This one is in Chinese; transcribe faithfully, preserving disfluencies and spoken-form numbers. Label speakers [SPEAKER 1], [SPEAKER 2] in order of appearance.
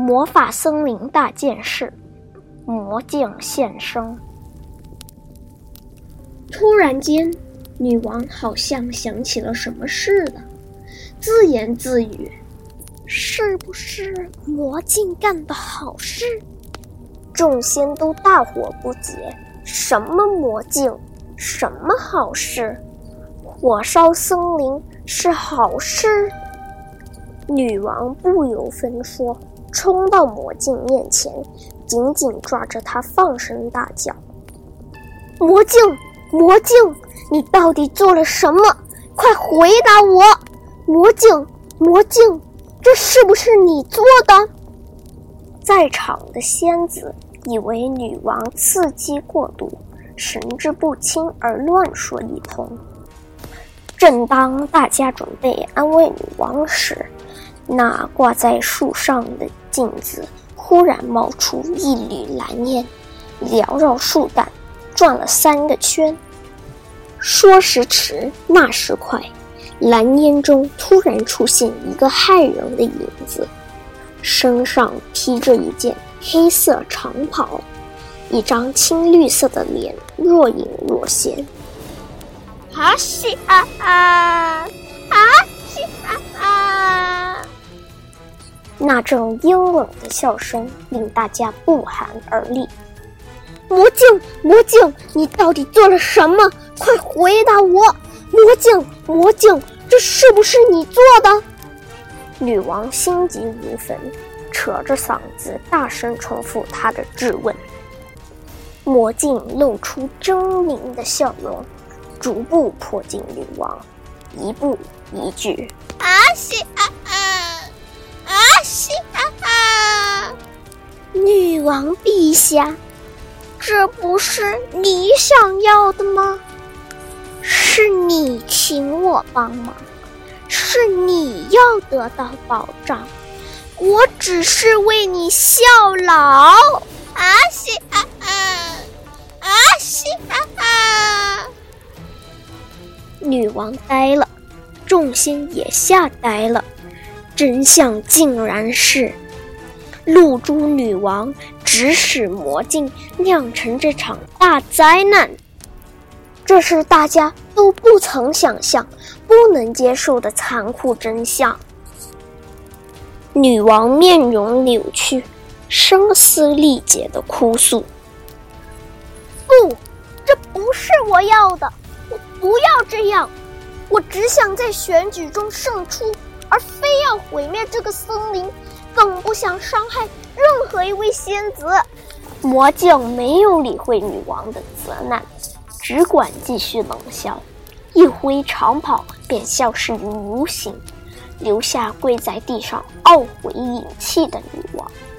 [SPEAKER 1] 魔法森林大件事，魔镜现身。突然间，女王好像想起了什么似的，自言自语：是不是魔镜干的好事？众仙都大惑不解，什么魔镜，什么好事？火烧森林是好事？女王不由分说，冲到魔镜面前，紧紧抓着它，放声大叫：魔镜，魔镜，你到底做了什么？快回答我！魔镜，魔镜，这是不是你做的？在场的仙子以为女王刺激过度，神志不清而乱说一通。正当大家准备安慰女王时，那挂在树上的镜子忽然冒出一缕蓝烟，缭绕树干转了三个圈。说时迟，那时快，蓝烟中突然出现一个骇人的影子，身上披着一件黑色长袍，一张青绿色的脸若隐若现。啊西啊啊啊西啊啊！那阵阴冷的笑声令大家不寒而栗。魔镜，魔镜，你到底做了什么？快回答我！魔镜，魔镜，这是不是你做的？女王心急如焚，扯着嗓子大声重复她的质问。魔镜露出狰狞的笑容，逐步迫近女王，一步一句：啊西啊啊啊西啊啊！女王陛下，这不是你想要的吗？是你请我帮忙，是你要得到保障，我只是为你效劳。啊西啊啊啊西啊啊！女王呆了，众仙也吓呆了。真相竟然是露珠女王指使魔镜酿成这场大灾难，这是大家都不曾想象、不能接受的残酷真相。女王面容扭曲，声嘶力竭地哭诉：不，这不是我要的，我不要这样，我只想在选举中胜出，而非要毁灭这个森林，更不想伤害任何一位仙子。魔镜没有理会女王的责难，只管继续冷笑，一挥长袍便消失于无形，留下跪在地上懊悔饮泣的女王。